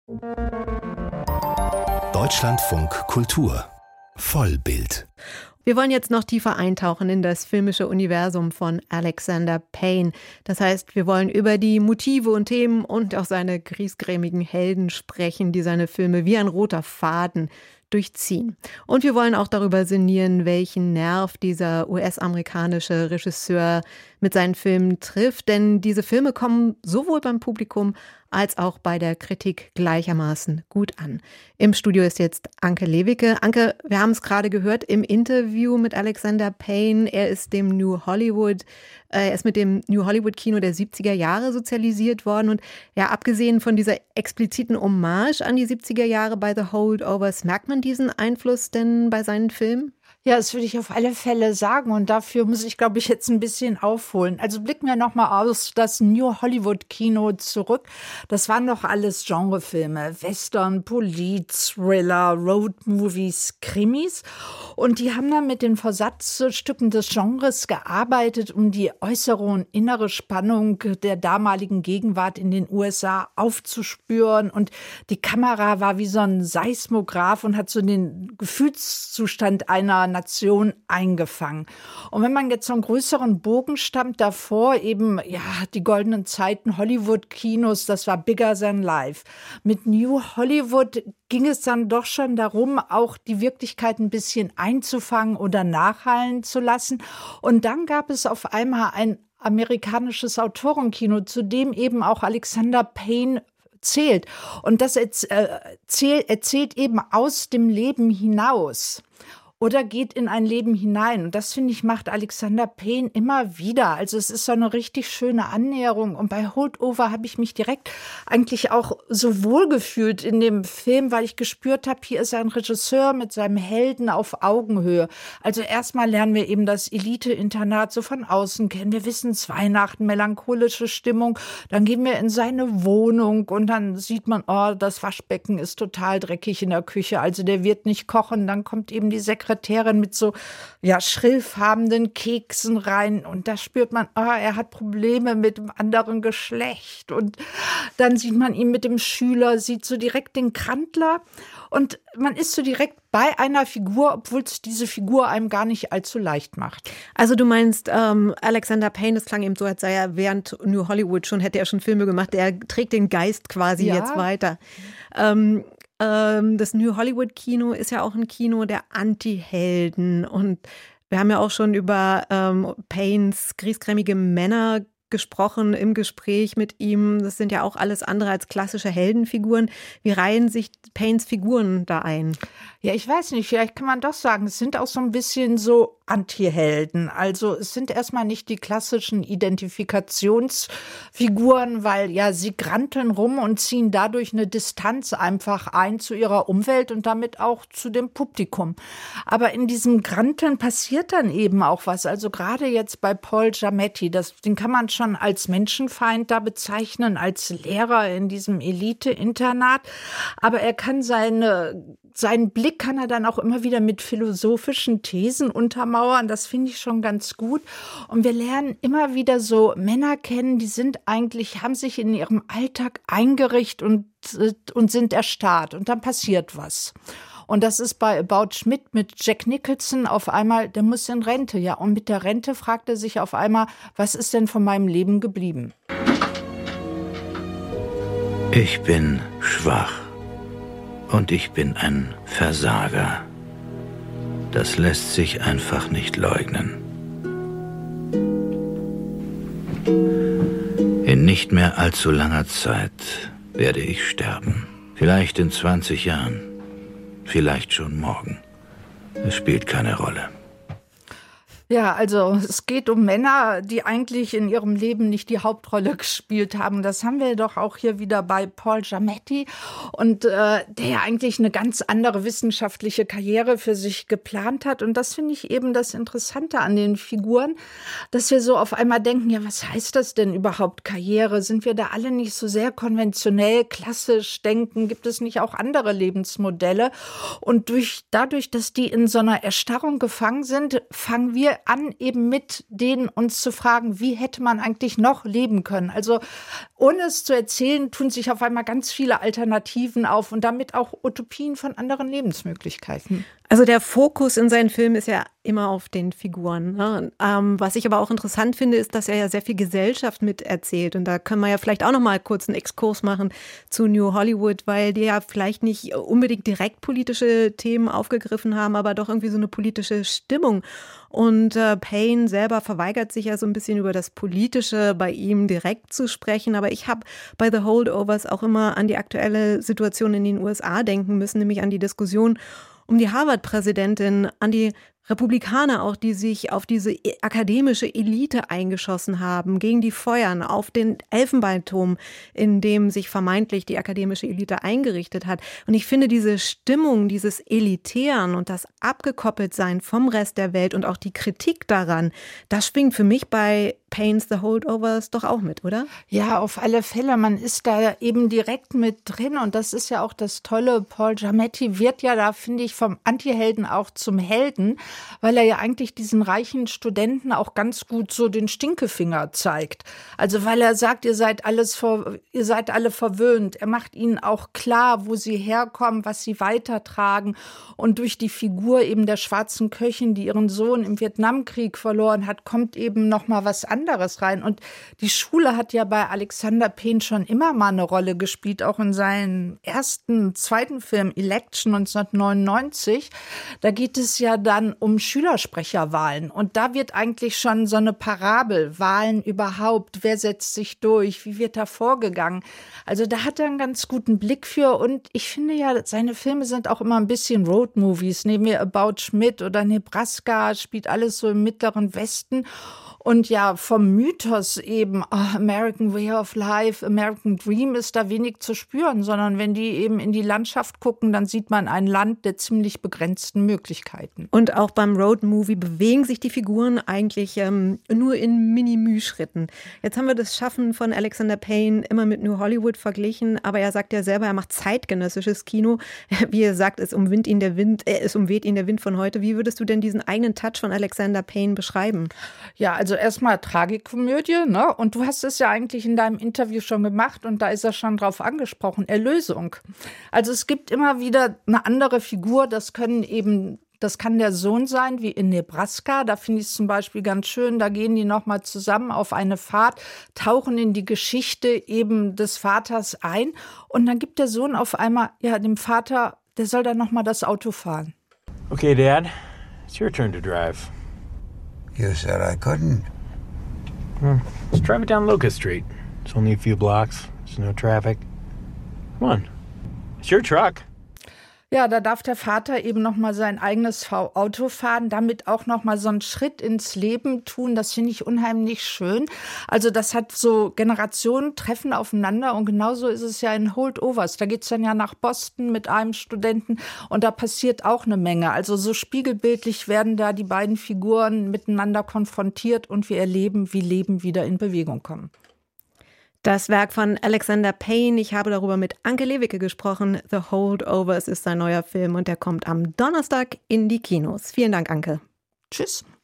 Deutschlandfunk Kultur Vollbild. Wir wollen jetzt noch tiefer eintauchen in das filmische Universum von Alexander Payne. Das heißt, wir wollen über die Motive und Themen und auch seine griesgrämigen Helden sprechen, die seine Filme wie ein roter Faden durchziehen. Und wir wollen auch darüber sinnieren, welchen Nerv dieser US-amerikanische Regisseur mit seinen Filmen trifft. Denn diese Filme kommen sowohl beim Publikum als auch bei der Kritik gleichermaßen gut an. Im Studio ist jetzt Anke Lewicke. Anke, wir haben es gerade gehört im Interview mit Alexander Payne. Er ist mit dem New Hollywood Kino der 70er Jahre sozialisiert worden. Und ja, abgesehen von dieser expliziten Hommage an die 70er Jahre bei The Holdovers, merkt man diesen Einfluss denn bei seinen Filmen? Ja, das würde ich auf alle Fälle sagen und dafür muss ich, glaube ich, jetzt ein bisschen aufholen. Also blicken wir nochmal aus das New Hollywood Kino zurück. Das waren doch alles Genrefilme, Western, Polit, Thriller, Roadmovies, Krimis und die haben dann mit den Versatzstücken des Genres gearbeitet, um die äußere und innere Spannung der damaligen Gegenwart in den USA aufzuspüren und die Kamera war wie so ein Seismograph und hat so den Gefühlszustand einer Nation eingefangen. Und wenn man jetzt so einen größeren Bogen stammt, davor eben, ja, die goldenen Zeiten Hollywood-Kinos, das war bigger than life. Mit New Hollywood ging es dann doch schon darum, auch die Wirklichkeit ein bisschen einzufangen oder nachhallen zu lassen. Und dann gab es auf einmal ein amerikanisches Autorenkino, zu dem eben auch Alexander Payne zählt. Und das erzählt eben aus dem Leben hinaus. Oder geht in ein Leben hinein. Und das, finde ich, macht Alexander Payne immer wieder. Also es ist so eine richtig schöne Annäherung. Und bei Holdover habe ich mich direkt eigentlich auch so wohl gefühlt in dem Film, weil ich gespürt habe, hier ist ein Regisseur mit seinem Helden auf Augenhöhe. Also erstmal lernen wir eben das Elite-Internat so von außen kennen. Wir wissen, es ist Weihnachten, melancholische Stimmung. Dann gehen wir in seine Wohnung und dann sieht man, oh, das Waschbecken ist total dreckig in der Küche. Also der wird nicht kochen. Dann kommt eben die Sekretärin mit so schrillfarbenen Keksen rein und da spürt man, er hat Probleme mit dem anderen Geschlecht und dann sieht man ihn mit dem Schüler, sieht so direkt den Krantler und man ist so direkt bei einer Figur, obwohl es diese Figur einem gar nicht allzu leicht macht. Also du meinst, Alexander Payne, das klang eben so, als sei er während New Hollywood hätte er schon Filme gemacht, er trägt den Geist quasi jetzt weiter. Das New Hollywood Kino ist ja auch ein Kino der Anti-Helden und wir haben ja auch schon über Paynes griesgrämige Männer gesprochen im Gespräch mit ihm. Das sind ja auch alles andere als klassische Heldenfiguren. Wie reihen sich Paynes Figuren da ein? Ja, ich weiß nicht, vielleicht kann man doch sagen, es sind auch so ein bisschen so Anti-Helden. Also es sind erstmal nicht die klassischen Identifikationsfiguren, weil ja sie granteln rum und ziehen dadurch eine Distanz einfach ein zu ihrer Umwelt und damit auch zu dem Publikum. Aber in diesem Granteln passiert dann eben auch was. Also gerade jetzt bei Paul Giamatti, den kann man schon als Menschenfeind da bezeichnen, als Lehrer in diesem Elite-Internat. Aber er kann seinen Blick kann er dann auch immer wieder mit philosophischen Thesen untermauern. Das finde ich schon ganz gut. Und wir lernen immer wieder so Männer kennen, die haben sich in ihrem Alltag eingerichtet und sind erstarrt. Und dann passiert was. Und das ist bei About Schmidt mit Jack Nicholson auf einmal, der muss in Rente. Ja, und mit der Rente fragt er sich auf einmal, was ist denn von meinem Leben geblieben? Ich bin schwach. Und ich bin ein Versager. Das lässt sich einfach nicht leugnen. In nicht mehr allzu langer Zeit werde ich sterben. Vielleicht in 20 Jahren. Vielleicht schon morgen. Es spielt keine Rolle. Ja, also es geht um Männer, die eigentlich in ihrem Leben nicht die Hauptrolle gespielt haben. Das haben wir doch auch hier wieder bei Paul Giamatti und der ja eigentlich eine ganz andere wissenschaftliche Karriere für sich geplant hat. Und das finde ich eben das Interessante an den Figuren, dass wir so auf einmal denken, ja, was heißt das denn überhaupt Karriere? Sind wir da alle nicht so sehr konventionell, klassisch denken? Gibt es nicht auch andere Lebensmodelle? Und dadurch, dass die in so einer Erstarrung gefangen sind, fangen wir an, eben mit denen uns zu fragen, wie hätte man eigentlich noch leben können. Also ohne es zu erzählen, tun sich auf einmal ganz viele Alternativen auf und damit auch Utopien von anderen Lebensmöglichkeiten. Also der Fokus in seinen Filmen ist ja immer auf den Figuren. Ne? Was ich aber auch interessant finde, ist, dass er ja sehr viel Gesellschaft miterzählt. Und da können wir ja vielleicht auch noch mal kurz einen Exkurs machen zu New Hollywood, weil die ja vielleicht nicht unbedingt direkt politische Themen aufgegriffen haben, aber doch irgendwie so eine politische Stimmung. Und Payne selber verweigert sich ja so ein bisschen über das Politische bei ihm direkt zu sprechen. Aber ich habe bei The Holdovers auch immer an die aktuelle Situation in den USA denken müssen, nämlich an die Diskussion um die Harvard-Präsidentin, an die Republikaner auch, die sich auf diese akademische Elite eingeschossen haben, gegen die Feuern, auf den Elfenbeinturm, in dem sich vermeintlich die akademische Elite eingerichtet hat. Und ich finde diese Stimmung, dieses Elitären und das Abgekoppeltsein vom Rest der Welt und auch die Kritik daran, das schwingt für mich bei Paynes The Holdovers doch auch mit, oder? Ja, auf alle Fälle. Man ist da eben direkt mit drin und das ist ja auch das Tolle. Paul Giamatti wird ja da, finde ich, vom Antihelden auch zum Helden, weil er ja eigentlich diesen reichen Studenten auch ganz gut so den Stinkefinger zeigt. Also weil er sagt, ihr seid alle verwöhnt. Er macht ihnen auch klar, wo sie herkommen, was sie weitertragen. Und durch die Figur eben der schwarzen Köchin, die ihren Sohn im Vietnamkrieg verloren hat, kommt eben noch mal was anderes rein. Und die Schule hat ja bei Alexander Payne schon immer mal eine Rolle gespielt, auch in seinem zweiten Film Election 1999. Da geht es ja dann um Schülersprecherwahlen. Und da wird eigentlich schon so eine Parabel, Wahlen überhaupt, wer setzt sich durch, wie wird da vorgegangen. Also da hat er einen ganz guten Blick für und ich finde ja, seine Filme sind auch immer ein bisschen Roadmovies. Nehmen wir About Schmidt oder Nebraska, spielt alles so im Mittleren Westen. Und ja, vom Mythos eben American Way of Life, American Dream ist da wenig zu spüren, sondern wenn die eben in die Landschaft gucken, dann sieht man ein Land der ziemlich begrenzten Möglichkeiten. Und auch beim Roadmovie bewegen sich die Figuren eigentlich nur in Mini-Müh-Schritten. Jetzt haben wir das Schaffen von Alexander Payne immer mit New Hollywood verglichen, aber er sagt ja selber, er macht zeitgenössisches Kino. Wie er sagt, es umweht ihn der Wind von heute. Wie würdest du denn diesen eigenen Touch von Alexander Payne beschreiben? Ja, also erstmal Tragikomödie, ne? Und du hast es ja eigentlich in deinem Interview schon gemacht und da ist er schon drauf angesprochen, Erlösung. Also es gibt immer wieder eine andere Figur, das kann der Sohn sein, wie in Nebraska. Da finde ich es zum Beispiel ganz schön, da gehen die nochmal zusammen auf eine Fahrt, tauchen in die Geschichte eben des Vaters ein und dann gibt der Sohn auf einmal, ja, dem Vater, der soll dann nochmal das Auto fahren. Okay, Dad, it's your turn to drive. You said I couldn't. Let's drive it down Locust Street. It's only a few blocks. There's no traffic. Come on. It's your truck. Ja, da darf der Vater eben noch mal sein eigenes Auto fahren, damit auch noch mal so einen Schritt ins Leben tun. Das finde ich unheimlich schön. Also das hat so Generationen treffen aufeinander und genauso ist es ja in Holdovers. Da geht's dann ja nach Boston mit einem Studenten und da passiert auch eine Menge. Also so spiegelbildlich werden da die beiden Figuren miteinander konfrontiert und wir erleben, wie Leben wieder in Bewegung kommt. Das Werk von Alexander Payne, ich habe darüber mit Anke Lewicke gesprochen. The Holdovers ist sein neuer Film und der kommt am Donnerstag in die Kinos. Vielen Dank, Anke. Tschüss.